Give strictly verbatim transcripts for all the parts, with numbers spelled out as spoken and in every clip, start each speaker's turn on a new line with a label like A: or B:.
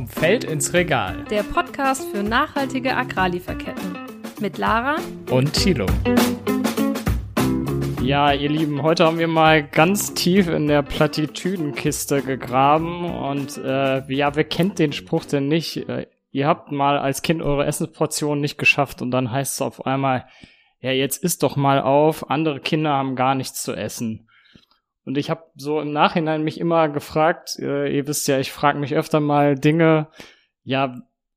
A: Vom Feld ins Regal.
B: Der Podcast für nachhaltige Agrarlieferketten. Mit Lara
A: und Thilo. Ja, ihr Lieben, heute haben wir mal ganz tief in der Plattitüdenkiste gegraben und äh, ja, wer kennt den Spruch denn nicht? Äh, ihr habt mal als Kind eure Essensportion nicht geschafft und dann heißt es auf einmal, ja, jetzt isst doch mal auf, andere Kinder haben gar nichts zu essen. Und ich habe so im Nachhinein mich immer gefragt, äh, ihr wisst ja, ich frage mich öfter mal Dinge, ja,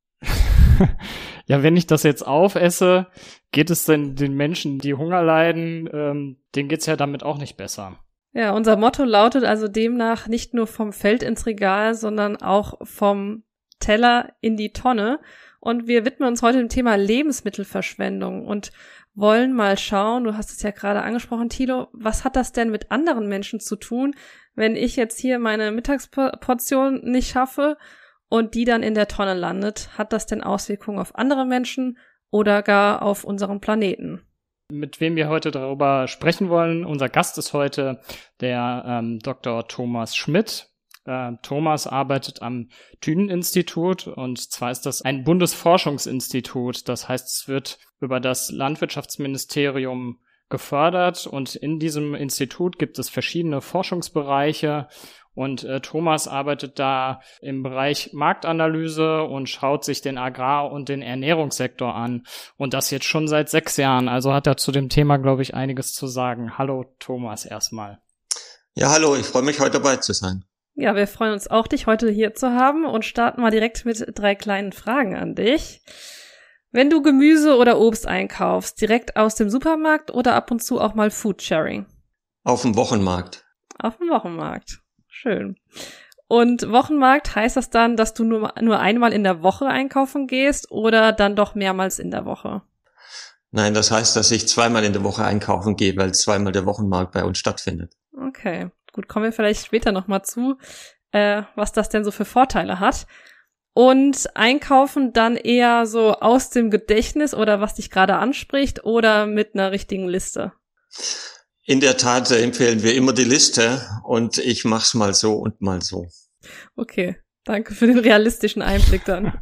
A: ja, wenn ich das jetzt aufesse, geht es denn den Menschen, die Hunger leiden, ähm, denen geht's ja damit auch nicht besser.
B: Ja, unser Motto lautet also demnach nicht nur vom Feld ins Regal, sondern auch vom Teller in die Tonne. Und wir widmen uns heute dem Thema Lebensmittelverschwendung und wollen mal schauen, du hast es ja gerade angesprochen, Thilo, was hat das denn mit anderen Menschen zu tun, wenn ich jetzt hier meine Mittagsportion nicht schaffe und die dann in der Tonne landet? Hat das denn Auswirkungen auf andere Menschen oder gar auf unseren Planeten?
A: Mit wem wir heute darüber sprechen wollen, unser Gast ist heute der ähm, Doktor Thomas Schmidt. Äh, Thomas arbeitet am Thünen-Institut und zwar ist das ein Bundesforschungsinstitut. Das heißt, es wird über das Landwirtschaftsministerium gefördert und in diesem Institut gibt es verschiedene Forschungsbereiche. Und äh, Thomas arbeitet da im Bereich Marktanalyse und schaut sich den Agrar- und den Ernährungssektor an. Und das jetzt schon seit sechs Jahren. Also hat er zu dem Thema, glaube ich, einiges zu sagen. Hallo Thomas erstmal.
C: Ja, hallo, ich freue mich, heute dabei zu sein.
B: Ja, wir freuen uns auch, dich heute hier zu haben und starten mal direkt mit drei kleinen Fragen an dich. Wenn du Gemüse oder Obst einkaufst, direkt aus dem Supermarkt oder ab und zu auch mal Foodsharing?
C: Auf dem Wochenmarkt.
B: Auf dem Wochenmarkt. Schön. Und Wochenmarkt, heißt das dann, dass du nur, nur einmal in der Woche einkaufen gehst oder dann doch mehrmals in der Woche?
C: Nein, das heißt, dass ich zweimal in der Woche einkaufen gehe, weil zweimal der Wochenmarkt bei uns stattfindet.
B: Okay, gut, kommen wir vielleicht später nochmal zu, äh, was das denn so für Vorteile hat. Und einkaufen dann eher so aus dem Gedächtnis oder was dich gerade anspricht oder mit einer richtigen Liste?
C: In der Tat empfehlen wir immer die Liste und ich mach's mal so und mal so.
B: Okay, danke für den realistischen Einblick dann.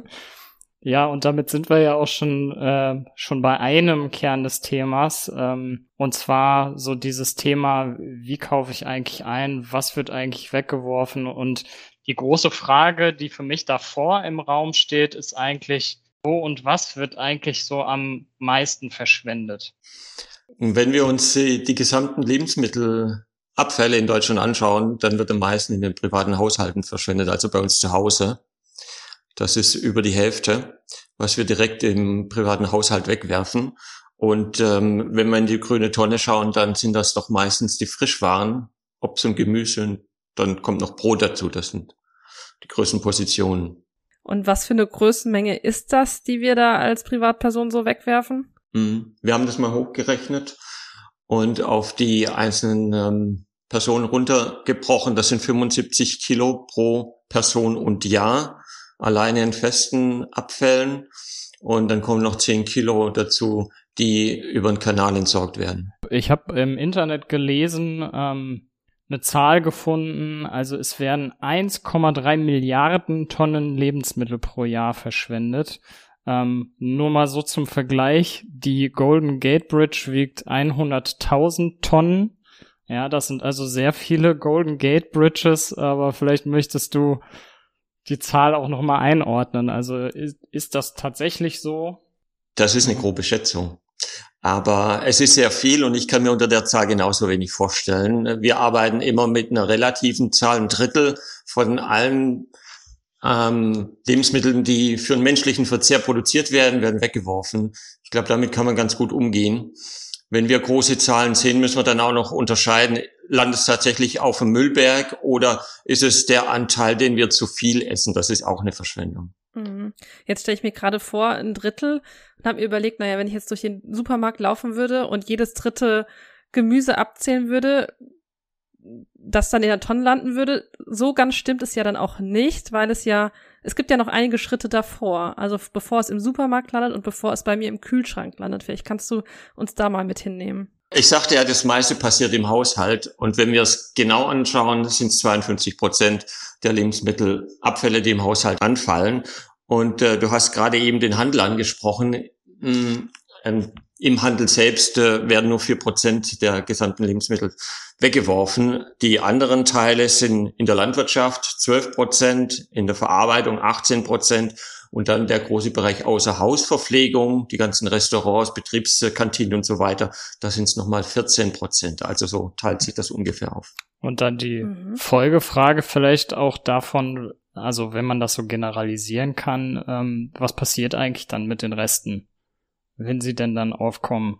A: Ja, und damit sind wir ja auch schon äh, schon bei einem Kern des Themas, ähm, und zwar so dieses Thema, wie kaufe ich eigentlich ein, was wird eigentlich weggeworfen? Und die große Frage, die für mich davor im Raum steht, ist eigentlich, wo und was wird eigentlich so am meisten verschwendet?
C: Wenn wir uns die, die gesamten Lebensmittelabfälle in Deutschland anschauen, dann wird am meisten in den privaten Haushalten verschwendet, also bei uns zu Hause. Das ist über die Hälfte, was wir direkt im privaten Haushalt wegwerfen. Und ähm, wenn wir in die grüne Tonne schauen, dann sind das doch meistens die Frischwaren, Obst und Gemüse, und dann kommt noch Brot dazu. Das sind die größten Positionen.
B: Und was für eine Größenmenge ist das, die wir da als Privatperson so wegwerfen?
C: Wir haben das mal hochgerechnet und auf die einzelnen ähm, Personen runtergebrochen. Das sind fünfundsiebzig Kilo pro Person und Jahr, alleine in festen Abfällen. Und dann kommen noch zehn Kilo dazu, die über den Kanal entsorgt werden.
A: Ich habe im Internet gelesen, ähm, eine Zahl gefunden, also es werden eins Komma drei Milliarden Tonnen Lebensmittel pro Jahr verschwendet. Ähm, nur mal so zum Vergleich, die Golden Gate Bridge wiegt hunderttausend Tonnen. Ja, das sind also sehr viele Golden Gate Bridges, aber vielleicht möchtest du die Zahl auch nochmal einordnen. Also ist, ist das tatsächlich so?
C: Das ist eine grobe Schätzung. Aber es ist sehr viel und ich kann mir unter der Zahl genauso wenig vorstellen. Wir arbeiten immer mit einer relativen Zahl. Ein Drittel von allen Ähm, Lebensmittel, die für einen menschlichen Verzehr produziert werden, werden weggeworfen. Ich glaube, damit kann man ganz gut umgehen. Wenn wir große Zahlen sehen, müssen wir dann auch noch unterscheiden, landet es tatsächlich auf dem Müllberg oder ist es der Anteil, den wir zu viel essen? Das ist auch eine Verschwendung.
B: Jetzt stelle ich mir gerade vor, ein Drittel und habe mir überlegt, naja, wenn ich jetzt durch den Supermarkt laufen würde und jedes dritte Gemüse abzählen würde, das dann in der Tonne landen würde, so ganz stimmt es ja dann auch nicht, weil es ja, es gibt ja noch einige Schritte davor, also bevor es im Supermarkt landet und bevor es bei mir im Kühlschrank landet. Vielleicht kannst du uns da mal mit hinnehmen.
C: Ich sagte ja, das meiste passiert im Haushalt. Und wenn wir es genau anschauen, sind es zweiundfünfzig Prozent der Lebensmittelabfälle, die im Haushalt anfallen. Und äh, du hast gerade eben den Handel angesprochen. Ähm, Im Handel selbst äh, werden nur vier Prozent der gesamten Lebensmittel weggeworfen. Die anderen Teile sind in der Landwirtschaft zwölf Prozent, in der Verarbeitung achtzehn Prozent und dann der große Bereich Außerhausverpflegung, die ganzen Restaurants, Betriebskantinen und so weiter, da sind es nochmal vierzehn Prozent. Also so teilt sich das ungefähr auf.
A: Und dann die
B: Mhm.
A: Folgefrage vielleicht auch davon, also wenn man das so generalisieren kann, ähm, was passiert eigentlich dann mit den Resten, wenn sie denn dann aufkommen?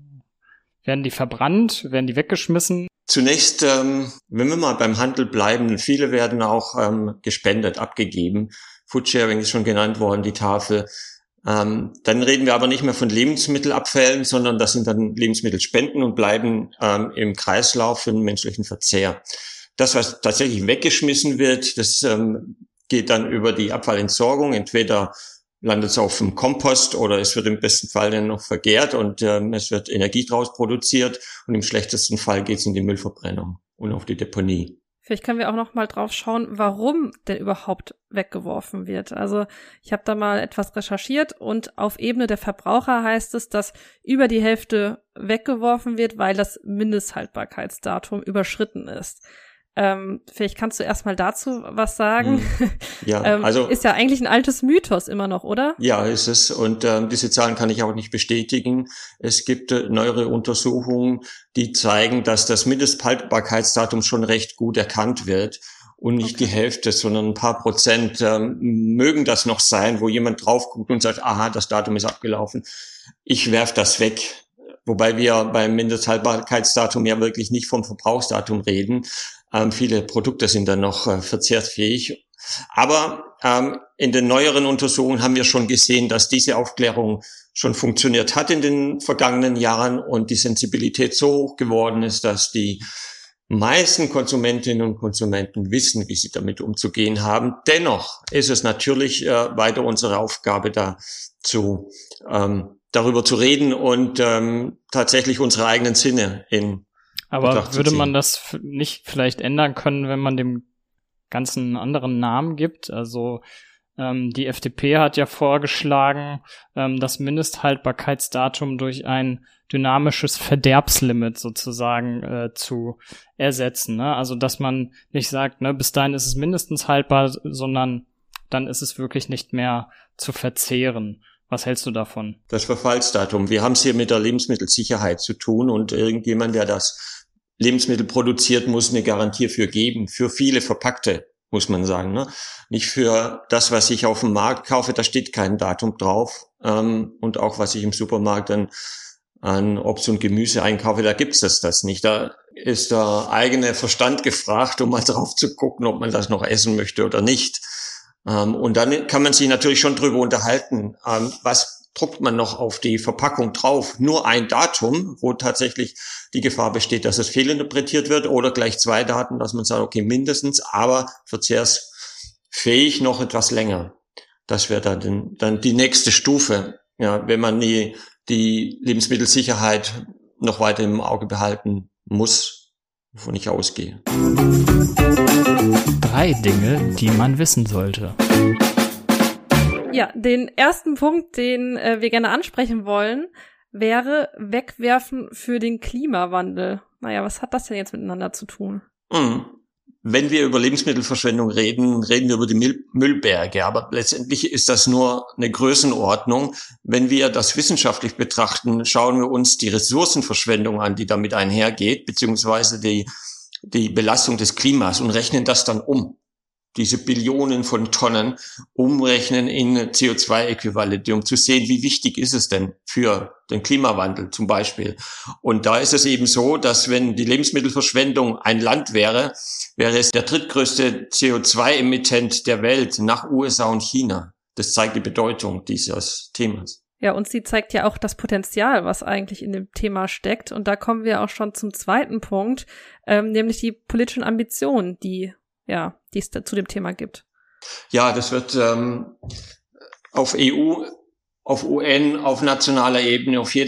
A: Werden die verbrannt? Werden die weggeschmissen?
C: Zunächst, ähm, wenn wir mal beim Handel bleiben, viele werden auch ähm, gespendet, abgegeben. Foodsharing ist schon genannt worden, die Tafel. Ähm, dann reden wir aber nicht mehr von Lebensmittelabfällen, sondern das sind dann Lebensmittelspenden und bleiben ähm, im Kreislauf für den menschlichen Verzehr. Das, was tatsächlich weggeschmissen wird, das ähm, geht dann über die Abfallentsorgung. Entweder landet es auf dem Kompost oder es wird im besten Fall dann noch vergärt und ähm, es wird Energie draus produziert und im schlechtesten Fall geht es in die Müllverbrennung und auf die Deponie.
B: Vielleicht können wir auch noch mal drauf schauen, warum denn überhaupt weggeworfen wird. Also ich habe da mal etwas recherchiert und auf Ebene der Verbraucher heißt es, dass über die Hälfte weggeworfen wird, weil das Mindesthaltbarkeitsdatum überschritten ist. Ähm, vielleicht kannst du erstmal dazu was sagen.
C: Hm. Ja,
B: ähm,
C: also
B: ist ja eigentlich ein altes Mythos immer noch, oder?
C: Ja, ist es. Und ähm, diese Zahlen kann ich auch nicht bestätigen. Es gibt äh, neuere Untersuchungen, die zeigen, dass das Mindesthaltbarkeitsdatum schon recht gut erkannt wird. Und nicht
B: Okay.
C: die Hälfte, sondern ein paar Prozent ähm, mögen das noch sein, wo jemand drauf guckt und sagt, aha, das Datum ist abgelaufen. Ich werf das weg. Wobei wir beim Mindesthaltbarkeitsdatum ja wirklich nicht vom Verbrauchsdatum reden. Ähm, viele Produkte sind dann noch äh, verzehrfähig. Aber ähm, in den neueren Untersuchungen haben wir schon gesehen, dass diese Aufklärung schon funktioniert hat in den vergangenen Jahren und die Sensibilität so hoch geworden ist, dass die meisten Konsumentinnen und Konsumenten wissen, wie sie damit umzugehen haben. Dennoch ist es natürlich äh, weiter unsere Aufgabe, da zu ähm, darüber zu reden und ähm, tatsächlich unsere eigenen Sinne in
A: Aber
C: Betracht zu
A: würde
C: ziehen.
A: man das f- nicht vielleicht ändern können, wenn man dem Ganzen einen anderen Namen gibt? Also ähm, die F D P hat ja vorgeschlagen, ähm, das Mindesthaltbarkeitsdatum durch ein dynamisches Verderbslimit sozusagen äh, zu ersetzen. Ne? Also dass man nicht sagt, ne, bis dahin ist es mindestens haltbar, sondern dann ist es wirklich nicht mehr zu verzehren. Was hältst du davon?
C: Das Verfallsdatum. Wir haben es hier mit der Lebensmittelsicherheit zu tun und irgendjemand, der das Lebensmittel produziert, muss eine Garantie für geben. Für viele Verpackte, muss man sagen. Ne? Nicht für das, was ich auf dem Markt kaufe, da steht kein Datum drauf. Ähm, und auch was ich im Supermarkt dann an Obst und Gemüse einkaufe, da gibt's das, das nicht. Da ist der eigene Verstand gefragt, um mal drauf zu gucken, ob man das noch essen möchte oder nicht. Ähm, und dann kann man sich natürlich schon drüber unterhalten, ähm, was druckt man noch auf die Verpackung drauf? Nur ein Datum, wo tatsächlich die Gefahr besteht, dass es fehlinterpretiert wird, oder gleich zwei Daten, dass man sagt, okay, mindestens, aber verzehrsfähig noch etwas länger. Das wäre dann, dann die nächste Stufe, ja, wenn man die, die Lebensmittelsicherheit noch weiter im Auge behalten muss, wovon ich ausgehe.
A: Drei Dinge, die man wissen sollte.
B: Ja, den ersten Punkt, den äh, wir gerne ansprechen wollen, wäre Wegwerfen für den Klimawandel. Naja, was hat das denn jetzt miteinander zu tun?
C: Mhm. Wenn wir über Lebensmittelverschwendung reden, reden wir über die Müll- Müllberge. Aber letztendlich ist das nur eine Größenordnung. Wenn wir das wissenschaftlich betrachten, schauen wir uns die Ressourcenverschwendung an, die damit einhergeht, beziehungsweise die, die Belastung des Klimas und rechnen das dann um. Diese Billionen von Tonnen umrechnen in C O zwei Äquivalente, um zu sehen, wie wichtig ist es denn für den Klimawandel zum Beispiel. Und da ist es eben so, dass wenn die Lebensmittelverschwendung ein Land wäre, wäre es der drittgrößte C O zwei Emittent der Welt nach U S A und China. Das zeigt die Bedeutung dieses Themas.
B: Ja, und sie zeigt ja auch das Potenzial, was eigentlich in dem Thema steckt. Und da kommen wir auch schon zum zweiten Punkt, ähm, nämlich die politischen Ambitionen, die ja, die es da zu dem Thema gibt.
C: Ja, das wird ähm, auf E U, auf U N, auf nationaler Ebene, auf jeder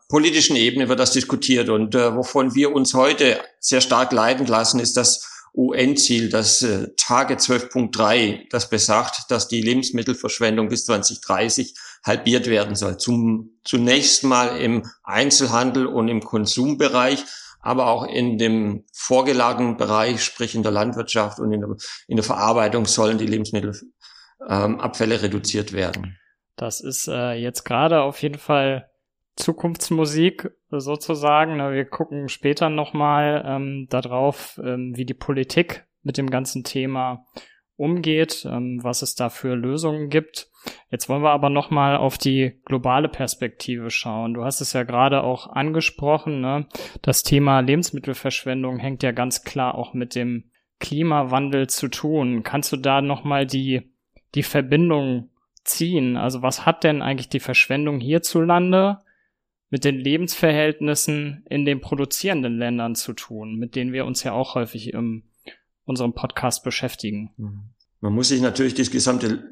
C: politischen Ebene wird das diskutiert. Und äh, wovon wir uns heute sehr stark leiten lassen, ist das U N-Ziel, das äh, Target zwölf Punkt drei, das besagt, dass die Lebensmittelverschwendung bis zwanzig dreißig halbiert werden soll. Zum, zunächst mal im Einzelhandel und im Konsumbereich, aber auch in dem vorgelagerten Bereich, sprich in der Landwirtschaft und in der, in der Verarbeitung sollen die Lebensmittelabfälle ähm, reduziert werden.
A: Das ist äh, jetzt gerade auf jeden Fall Zukunftsmusik sozusagen. Wir gucken später nochmal ähm, darauf, ähm, wie die Politik mit dem ganzen Thema umgeht, ähm, was es da für Lösungen gibt. Jetzt wollen wir aber nochmal auf die globale Perspektive schauen. Du hast es ja gerade auch angesprochen, ne? Das Thema Lebensmittelverschwendung hängt ja ganz klar auch mit dem Klimawandel zu tun. Kannst du da nochmal die, die Verbindung ziehen? Also was hat denn eigentlich die Verschwendung hierzulande mit den Lebensverhältnissen in den produzierenden Ländern zu tun, mit denen wir uns ja auch häufig in unserem Podcast beschäftigen?
C: Man muss sich natürlich die gesamte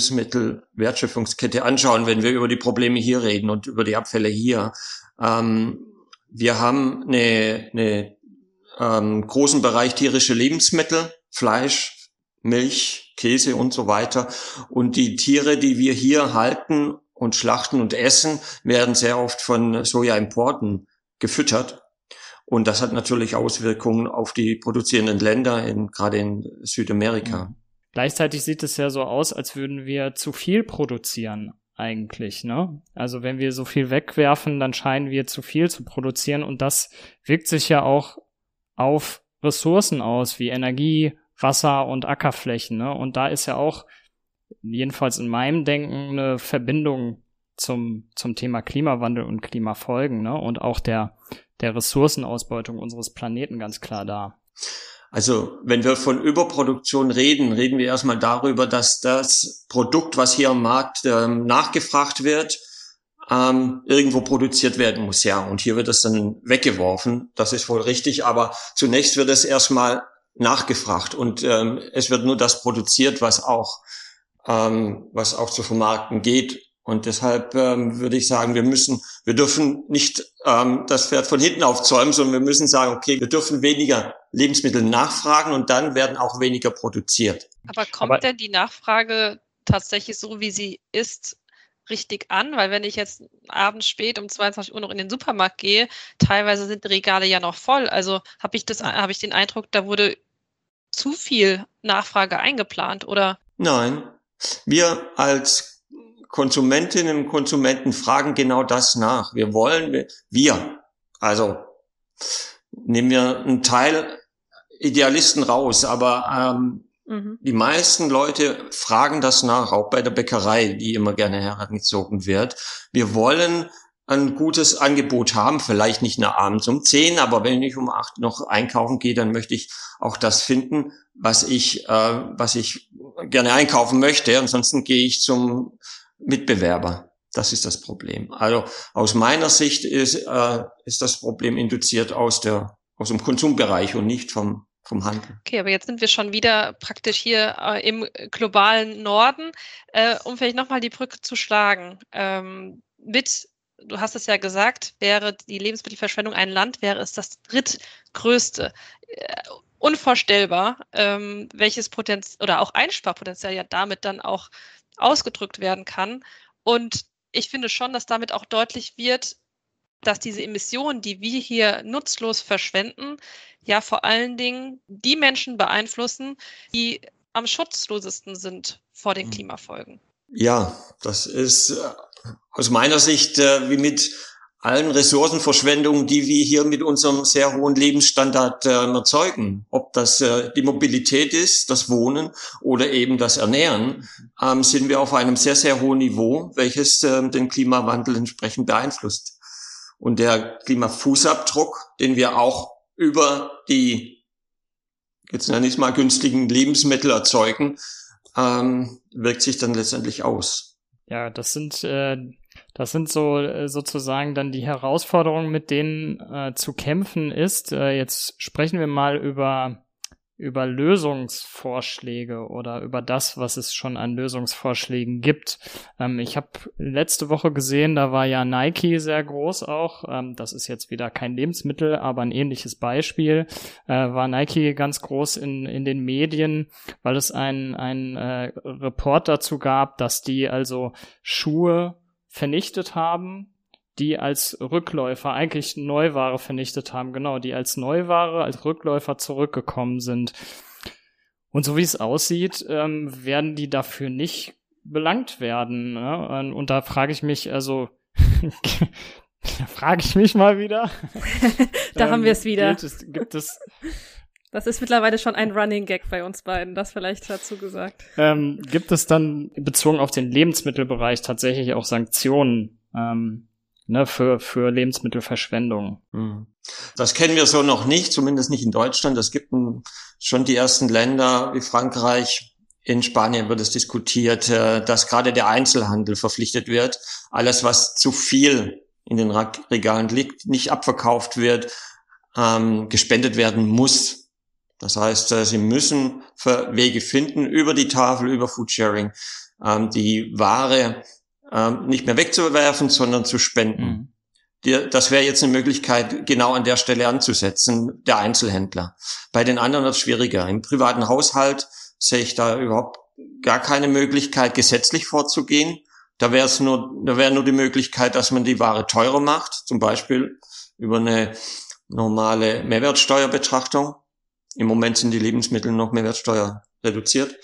C: Lebensmittelwertschöpfungskette anschauen, wenn wir über die Probleme hier reden und über die Abfälle hier. Ähm, wir haben eine, eine ähm, großen Bereich tierische Lebensmittel, Fleisch, Milch, Käse und so weiter. Und die Tiere, die wir hier halten und schlachten und essen, werden sehr oft von Sojaimporten gefüttert. Und das hat natürlich Auswirkungen auf die produzierenden Länder, in, gerade in Südamerika.
A: Gleichzeitig sieht es ja so aus, als würden wir zu viel produzieren eigentlich, ne? Also wenn wir so viel wegwerfen, dann scheinen wir zu viel zu produzieren und das wirkt sich ja auch auf Ressourcen aus, wie Energie, Wasser und Ackerflächen, ne? Und da ist ja auch jedenfalls in meinem Denken eine Verbindung zum zum Thema Klimawandel und Klimafolgen, ne? Und auch der der Ressourcenausbeutung unseres Planeten ganz klar da.
C: Also wenn wir von Überproduktion reden, reden wir erstmal darüber, dass das Produkt, was hier am Markt ähm, nachgefragt wird, ähm, irgendwo produziert werden muss. Ja, und hier wird es dann weggeworfen. Das ist wohl richtig, aber zunächst wird es erstmal nachgefragt und ähm, es wird nur das produziert, was auch ähm, was auch zu vermarkten geht. Und deshalb ähm, würde ich sagen, wir müssen, wir dürfen nicht ähm, das Pferd von hinten aufzäumen, sondern wir müssen sagen, okay, wir dürfen weniger Lebensmittel nachfragen und dann werden auch weniger produziert.
B: Aber kommt Aber denn die Nachfrage tatsächlich so, wie sie ist, richtig an? Weil wenn ich jetzt abends spät um zweiundzwanzig Uhr noch in den Supermarkt gehe, teilweise sind die Regale ja noch voll. Also habe ich das, habe ich den Eindruck, da wurde zu viel Nachfrage eingeplant, oder?
C: Nein, wir als Konsumentinnen und Konsumenten fragen genau das nach. Wir wollen, wir, also nehmen wir einen Teil Idealisten raus, aber ähm, mhm. die meisten Leute fragen das nach, auch bei der Bäckerei, die immer gerne herangezogen wird. Wir wollen ein gutes Angebot haben, vielleicht nicht nur abends um zehn, aber wenn ich um acht noch einkaufen gehe, dann möchte ich auch das finden, was ich, äh, was ich gerne einkaufen möchte. Ansonsten gehe ich zum Mitbewerber. Das ist das Problem. Also aus meiner Sicht ist, äh, ist das Problem induziert aus der aus dem Konsumbereich und nicht vom vom Handel.
B: Okay, aber jetzt sind wir schon wieder praktisch hier äh, im globalen Norden, äh, um vielleicht nochmal die Brücke zu schlagen. Ähm, mit, du hast es ja gesagt, wäre die Lebensmittelverschwendung ein Land, wäre es das drittgrößte. Äh, unvorstellbar, ähm, welches Potenzial oder auch Einsparpotenzial ja damit dann auch ausgedrückt werden kann. Und ich finde schon, dass damit auch deutlich wird, dass diese Emissionen, die wir hier nutzlos verschwenden, ja vor allen Dingen die Menschen beeinflussen, die am schutzlosesten sind vor den Klimafolgen.
C: Ja, das ist aus meiner Sicht äh, wie mit allen Ressourcenverschwendungen, die wir hier mit unserem sehr hohen Lebensstandard äh, erzeugen. Ob das äh, die Mobilität ist, das Wohnen oder eben das Ernähren, ähm, sind wir auf einem sehr, sehr hohen Niveau, welches äh, den Klimawandel entsprechend beeinflusst. Und der Klimafußabdruck, den wir auch über die, jetzt nenne ich es mal, günstigen Lebensmittel erzeugen, ähm, wirkt sich dann letztendlich aus.
A: Ja, das sind äh, das sind so äh, sozusagen dann die Herausforderungen, mit denen äh, zu kämpfen ist. Äh, jetzt sprechen wir mal über über Lösungsvorschläge oder über das, was es schon an Lösungsvorschlägen gibt. Ähm, ich habe letzte Woche gesehen, da war ja Nike sehr groß auch. Ähm, das ist jetzt wieder kein Lebensmittel, aber ein ähnliches Beispiel. Äh, war Nike ganz groß in in den Medien, weil es einen einen äh, Report dazu gab, dass die also Schuhe vernichtet haben, die als Rückläufer eigentlich Neuware vernichtet haben, genau, die als Neuware, als Rückläufer zurückgekommen sind. Und so wie es aussieht, ähm, werden die dafür nicht belangt werden. Ne? Und da frage ich mich, also, da frage ich mich mal wieder.
B: da ähm, haben wir es wieder.
A: Gibt es, gibt es
B: Das ist mittlerweile schon ein Running Gag bei uns beiden, das vielleicht dazu gesagt.
A: Ähm, gibt es dann bezogen auf den Lebensmittelbereich tatsächlich auch Sanktionen, ähm, Ne, für, für Lebensmittelverschwendung.
C: Das kennen wir so noch nicht, zumindest nicht in Deutschland. Es gibt ein, schon die ersten Länder wie Frankreich. In Spanien wird es diskutiert, dass gerade der Einzelhandel verpflichtet wird. Alles, was zu viel in den Regalen liegt, nicht abverkauft wird, ähm, gespendet werden muss. Das heißt, sie müssen Wege finden, über die Tafel, über Foodsharing, ähm, die Ware Ähm, nicht mehr wegzuwerfen, sondern zu spenden. Mhm. Die, das wäre jetzt eine Möglichkeit, genau an der Stelle anzusetzen, der Einzelhändler. Bei den anderen wird es schwieriger. Im privaten Haushalt sehe ich da überhaupt gar keine Möglichkeit, gesetzlich vorzugehen. Da wäre es nur, da wäre nur die Möglichkeit, dass man die Ware teurer macht, zum Beispiel über eine normale Mehrwertsteuerbetrachtung. Im Moment sind die Lebensmittel noch Mehrwertsteuer reduziert.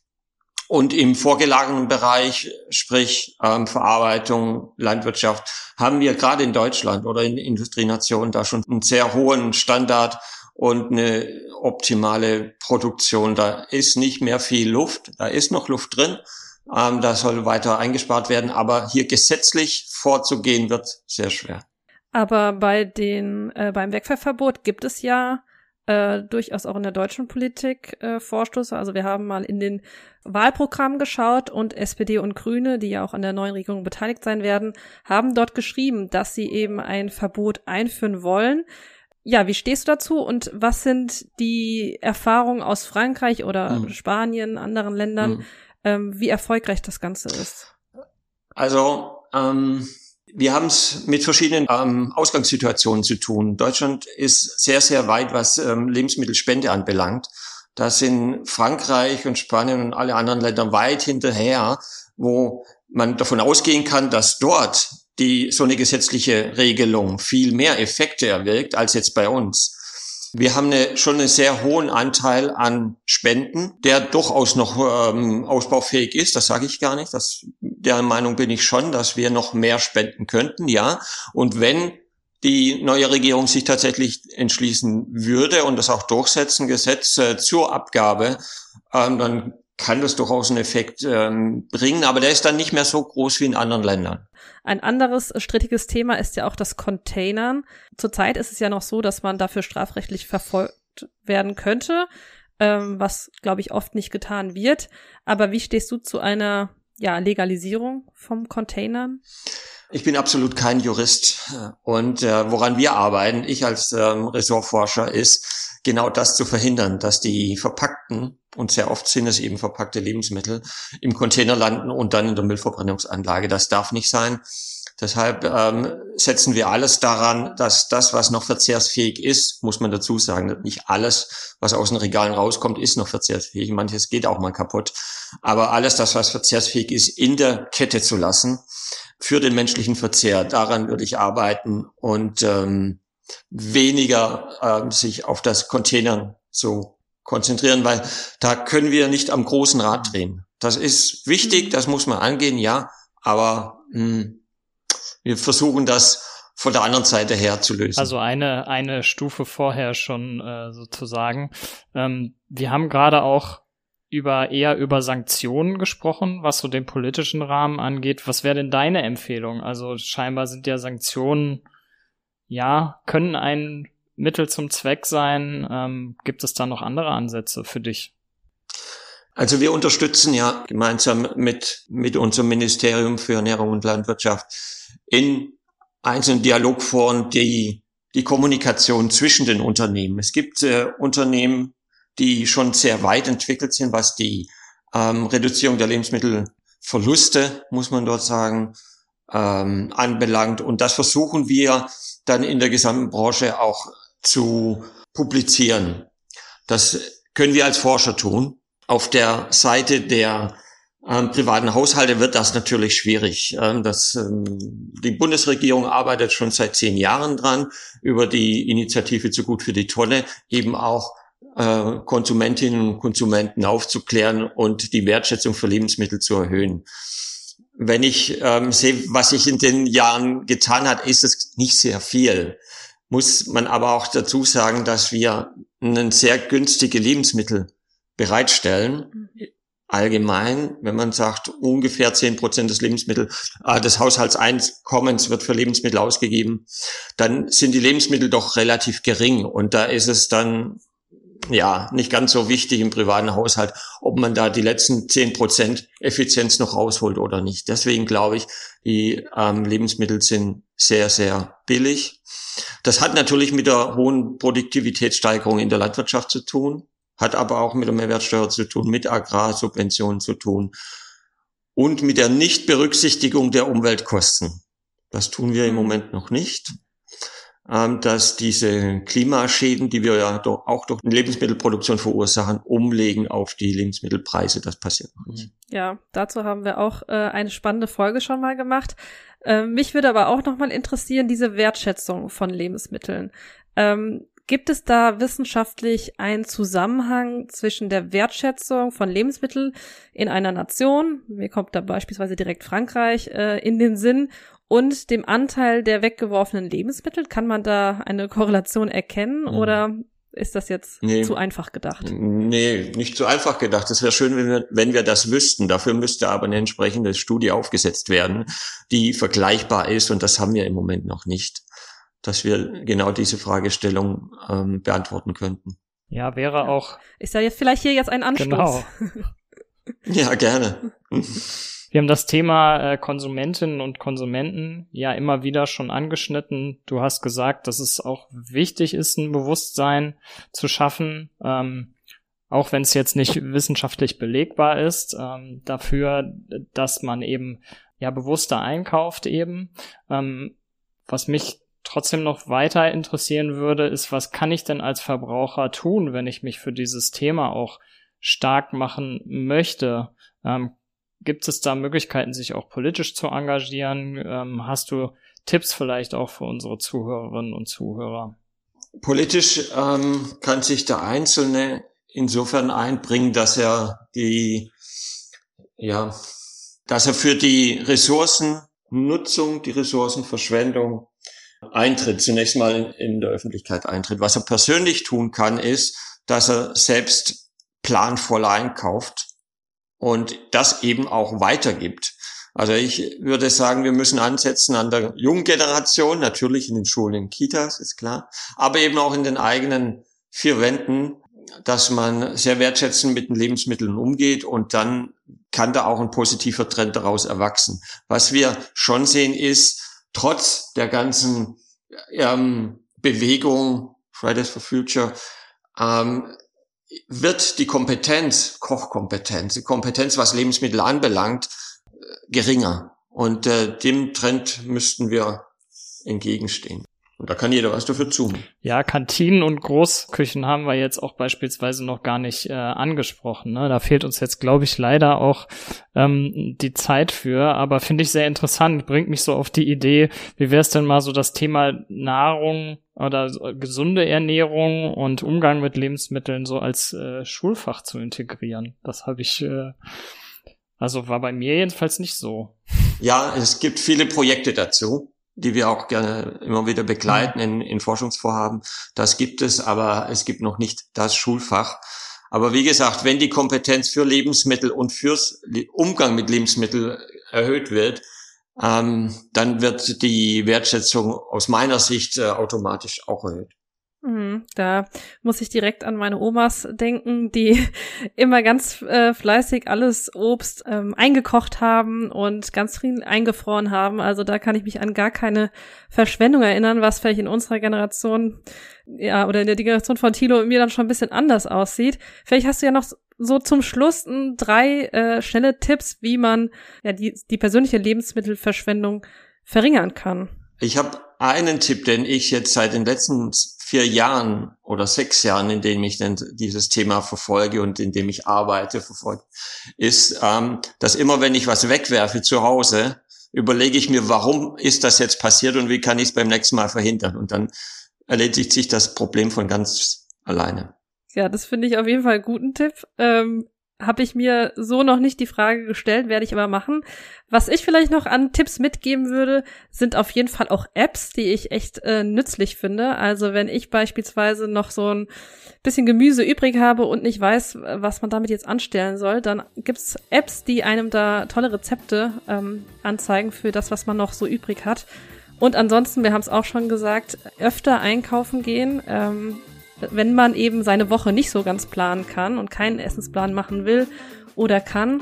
C: Und im vorgelagerten Bereich, sprich ähm, Verarbeitung, Landwirtschaft, haben wir gerade in Deutschland oder in Industrienationen da schon einen sehr hohen Standard und eine optimale Produktion. Da ist nicht mehr viel Luft, da ist noch Luft drin, ähm, da soll weiter eingespart werden, aber hier gesetzlich vorzugehen wird sehr schwer.
B: Aber bei den äh, beim Wegwerfverbot gibt es ja Äh, durchaus auch in der deutschen Politik äh, Vorstöße. Also wir haben mal in den Wahlprogrammen geschaut und S P D und Grüne, die ja auch an der neuen Regierung beteiligt sein werden, haben dort geschrieben, dass sie eben ein Verbot einführen wollen. Ja, wie stehst du dazu und was sind die Erfahrungen aus Frankreich oder mhm. Spanien, anderen Ländern, mhm. ähm, wie erfolgreich das Ganze ist?
C: Also, ähm wir haben es mit verschiedenen ähm, Ausgangssituationen zu tun. Deutschland ist sehr, sehr weit, was ähm, Lebensmittelspende anbelangt. Da sind Frankreich und Spanien und alle anderen Länder weit hinterher, wo man davon ausgehen kann, dass dort die so eine gesetzliche Regelung viel mehr Effekte erwirkt als jetzt bei uns. Wir haben eine, schon einen sehr hohen Anteil an Spenden, der durchaus noch ähm, ausbaufähig ist. Das sage ich gar nicht. Das, der Meinung bin ich schon, dass wir noch mehr spenden könnten, ja. Und wenn die neue Regierung sich tatsächlich entschließen würde und das auch durchsetzen, Gesetz äh, zur Abgabe, ähm, dann kann das durchaus einen Effekt ähm, bringen. Aber der ist dann nicht mehr so groß wie in anderen Ländern.
B: Ein anderes strittiges Thema ist ja auch das Containern. Zurzeit ist es ja noch so, dass man dafür strafrechtlich verfolgt werden könnte, ähm, was, glaube ich, oft nicht getan wird. Aber wie stehst du zu einer ja, Legalisierung vom Containern?
C: Ich bin absolut kein Jurist und äh, woran wir arbeiten, ich als ähm, Ressortforscher, ist genau das zu verhindern, dass die verpackten, und sehr oft sind es eben verpackte Lebensmittel, im Container landen und dann in der Müllverbrennungsanlage. Das darf nicht sein. Deshalb ähm, setzen wir alles daran, dass das, was noch verzehrsfähig ist, muss man dazu sagen, nicht alles, was aus den Regalen rauskommt, ist noch verzehrsfähig. Manches geht auch mal kaputt. Aber alles das, was verzehrsfähig ist, in der Kette zu lassen, für den menschlichen Verzehr, daran würde ich arbeiten und ähm, weniger ähm, sich auf das Containern zu konzentrieren, weil da können wir nicht am großen Rad drehen. Das ist wichtig, das muss man angehen, ja, aber mh, wir versuchen das von der anderen Seite her zu lösen.
A: Also eine eine Stufe vorher schon äh, sozusagen. Ähm, wir haben gerade auch über eher über Sanktionen gesprochen, was so den politischen Rahmen angeht. Was wäre denn deine Empfehlung? Also scheinbar sind ja Sanktionen, ja, können ein Mittel zum Zweck sein. Ähm, gibt es da noch andere Ansätze für dich?
C: Also wir unterstützen ja gemeinsam mit mit unserem Ministerium für Ernährung und Landwirtschaft in einzelnen Dialogforen die die Kommunikation zwischen den Unternehmen. Es gibt äh, Unternehmen, die schon sehr weit entwickelt sind, was die ähm, Reduzierung der Lebensmittelverluste, muss man dort sagen, ähm, anbelangt. Und das versuchen wir dann in der gesamten Branche auch zu publizieren. Das können wir als Forscher tun. Auf der Seite der ähm, privaten Haushalte wird das natürlich schwierig. Ähm, das, ähm, die Bundesregierung arbeitet schon seit zehn Jahren dran, über die Initiative Zu gut für die Tonne eben auch äh, Konsumentinnen und Konsumenten aufzuklären und die Wertschätzung für Lebensmittel zu erhöhen. Wenn ich ähm, sehe, was sich in den Jahren getan hat, ist es nicht sehr viel. Muss man aber auch dazu sagen, dass wir einen sehr günstige Lebensmittel bereitstellen. Allgemein, wenn man sagt, ungefähr zehn Prozent des Lebensmittel, äh, des Haushaltseinkommens wird für Lebensmittel ausgegeben, dann sind die Lebensmittel doch relativ gering. Und da ist es dann ja nicht ganz so wichtig im privaten Haushalt, ob man da die letzten zehn Prozent Effizienz noch rausholt oder nicht. Deswegen glaube ich, die ähm, Lebensmittel sind sehr, sehr billig. Das hat natürlich mit der hohen Produktivitätssteigerung in der Landwirtschaft zu tun, hat aber auch mit der Mehrwertsteuer zu tun, mit Agrarsubventionen zu tun und mit der Nichtberücksichtigung der Umweltkosten. Das tun wir im Moment noch nicht. Dass diese Klimaschäden, die wir ja doch auch durch die Lebensmittelproduktion verursachen, umlegen auf die Lebensmittelpreise. Das passiert noch nicht.
B: Ja, dazu haben wir auch äh, eine spannende Folge schon mal gemacht. Äh, mich würde aber auch noch mal interessieren, diese Wertschätzung von Lebensmitteln. Ähm, gibt es da wissenschaftlich einen Zusammenhang zwischen der Wertschätzung von Lebensmitteln in einer Nation, mir kommt da beispielsweise direkt Frankreich äh, in den Sinn, und dem Anteil der weggeworfenen Lebensmittel? Kann man da eine Korrelation erkennen mhm. oder ist das jetzt nee. zu einfach gedacht?
C: Nee, nicht zu einfach gedacht. Es wäre schön, wenn wir, wenn wir das wüssten. Dafür müsste aber eine entsprechende Studie aufgesetzt werden, die vergleichbar ist, und das haben wir im Moment noch nicht, dass wir genau diese Fragestellung ähm, beantworten könnten.
A: Ja, wäre ja. auch...
B: Ist ja jetzt vielleicht hier jetzt ein Anstoß.
A: Genau.
C: Ja, gerne.
A: Wir haben das Thema äh, Konsumentinnen und Konsumenten ja immer wieder schon angeschnitten. Du hast gesagt, dass es auch wichtig ist, ein Bewusstsein zu schaffen, ähm, auch wenn es jetzt nicht wissenschaftlich belegbar ist, ähm, dafür, dass man eben ja bewusster einkauft eben. Ähm, was mich trotzdem noch weiter interessieren würde, ist, was kann ich denn als Verbraucher tun, wenn ich mich für dieses Thema auch stark machen möchte? Ähm, Gibt es da Möglichkeiten, sich auch politisch zu engagieren? Ähm, hast du Tipps vielleicht auch für unsere Zuhörerinnen und Zuhörer?
C: Politisch ähm, kann sich der Einzelne insofern einbringen, dass er die, ja, dass er für die Ressourcennutzung, die Ressourcenverschwendung eintritt, zunächst mal in, in der Öffentlichkeit eintritt. Was er persönlich tun kann, ist, dass er selbst planvoll einkauft und das eben auch weitergibt. Also ich würde sagen, wir müssen ansetzen an der jungen Generation, natürlich in den Schulen, in Kitas, ist klar, aber eben auch in den eigenen vier Wänden, dass man sehr wertschätzend mit den Lebensmitteln umgeht, und dann kann da auch ein positiver Trend daraus erwachsen. Was wir schon sehen ist, trotz der ganzen ähm, Bewegung, Fridays for Future, ähm, wird die Kompetenz, Kochkompetenz, die Kompetenz, was Lebensmittel anbelangt, geringer. Und äh, dem Trend müssten wir entgegenstehen. Und da kann jeder was dafür tun.
A: Ja, Kantinen und Großküchen haben wir jetzt auch beispielsweise noch gar nicht äh, angesprochen. Ne? Da fehlt uns jetzt, glaube ich, leider auch ähm, die Zeit für. Aber finde ich sehr interessant, bringt mich so auf die Idee, wie wäre es denn mal so das Thema Nahrung oder gesunde Ernährung und Umgang mit Lebensmitteln so als äh, Schulfach zu integrieren. Das habe ich, äh, also war bei mir jedenfalls nicht so.
C: Ja, es gibt viele Projekte dazu, die wir auch gerne immer wieder begleiten in, in Forschungsvorhaben. Das gibt es, aber es gibt noch nicht das Schulfach. Aber wie gesagt, wenn die Kompetenz für Lebensmittel und fürs Umgang mit Lebensmitteln erhöht wird, ähm, dann wird die Wertschätzung aus meiner Sicht äh, automatisch auch erhöht.
B: Da muss ich direkt an meine Omas denken, die immer ganz äh, fleißig alles Obst ähm, eingekocht haben und ganz viel eingefroren haben. Also da kann ich mich an gar keine Verschwendung erinnern, was vielleicht in unserer Generation, ja, oder in der Generation von Thilo und mir dann schon ein bisschen anders aussieht. Vielleicht hast du ja noch so zum Schluss ein, drei äh, schnelle Tipps, wie man ja die, die persönliche Lebensmittelverschwendung verringern kann.
C: Ich habe einen Tipp, den ich jetzt seit den letzten vier Jahren oder sechs Jahren, in denen ich denn dieses Thema verfolge und in dem ich arbeite, verfolge, ist, ähm, dass immer, wenn ich was wegwerfe zu Hause, überlege ich mir, warum ist das jetzt passiert und wie kann ich es beim nächsten Mal verhindern? Und dann erledigt sich das Problem von ganz alleine.
B: Ja, das finde ich auf jeden Fall einen guten Tipp. Ähm, habe ich mir so noch nicht die Frage gestellt, werde ich aber machen. Was ich vielleicht noch an Tipps mitgeben würde, sind auf jeden Fall auch Apps, die ich echt äh, nützlich finde. Also wenn ich beispielsweise noch so ein bisschen Gemüse übrig habe und nicht weiß, was man damit jetzt anstellen soll, dann gibt's Apps, die einem da tolle Rezepte ähm, anzeigen für das, was man noch so übrig hat. Und ansonsten, wir haben es auch schon gesagt, öfter einkaufen gehen, ähm, wenn man eben seine Woche nicht so ganz planen kann und keinen Essensplan machen will oder kann.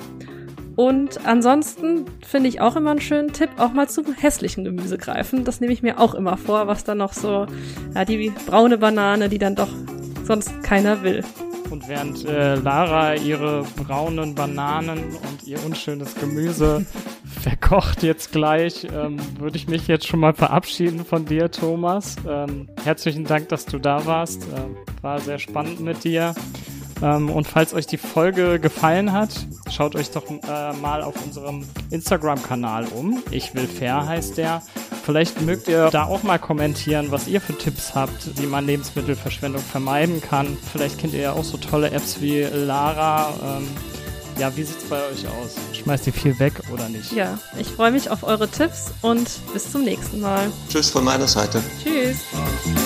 B: Und ansonsten finde ich auch immer einen schönen Tipp, auch mal zum hässlichen Gemüse greifen. Das nehme ich mir auch immer vor, was dann noch so, ja, die braune Banane, die dann doch sonst keiner will.
A: Und während äh, Lara ihre braunen Bananen und ihr unschönes Gemüse verkocht jetzt gleich, ähm, würde ich mich jetzt schon mal verabschieden von dir, Thomas. Ähm, herzlichen Dank, dass du da warst. Äh, war sehr spannend mit dir. Ähm, und falls euch die Folge gefallen hat, schaut euch doch äh, mal auf unserem Instagram-Kanal um. Ich will fair heißt der. Vielleicht mögt ihr da auch mal kommentieren, was ihr für Tipps habt, wie man Lebensmittelverschwendung vermeiden kann. Vielleicht kennt ihr ja auch so tolle Apps wie Lara. Ähm, ja, wie sieht's bei euch aus? Schmeißt ihr viel weg oder nicht?
B: Ja, ich freue mich auf eure Tipps und bis zum nächsten Mal.
C: Tschüss von meiner Seite.
B: Tschüss.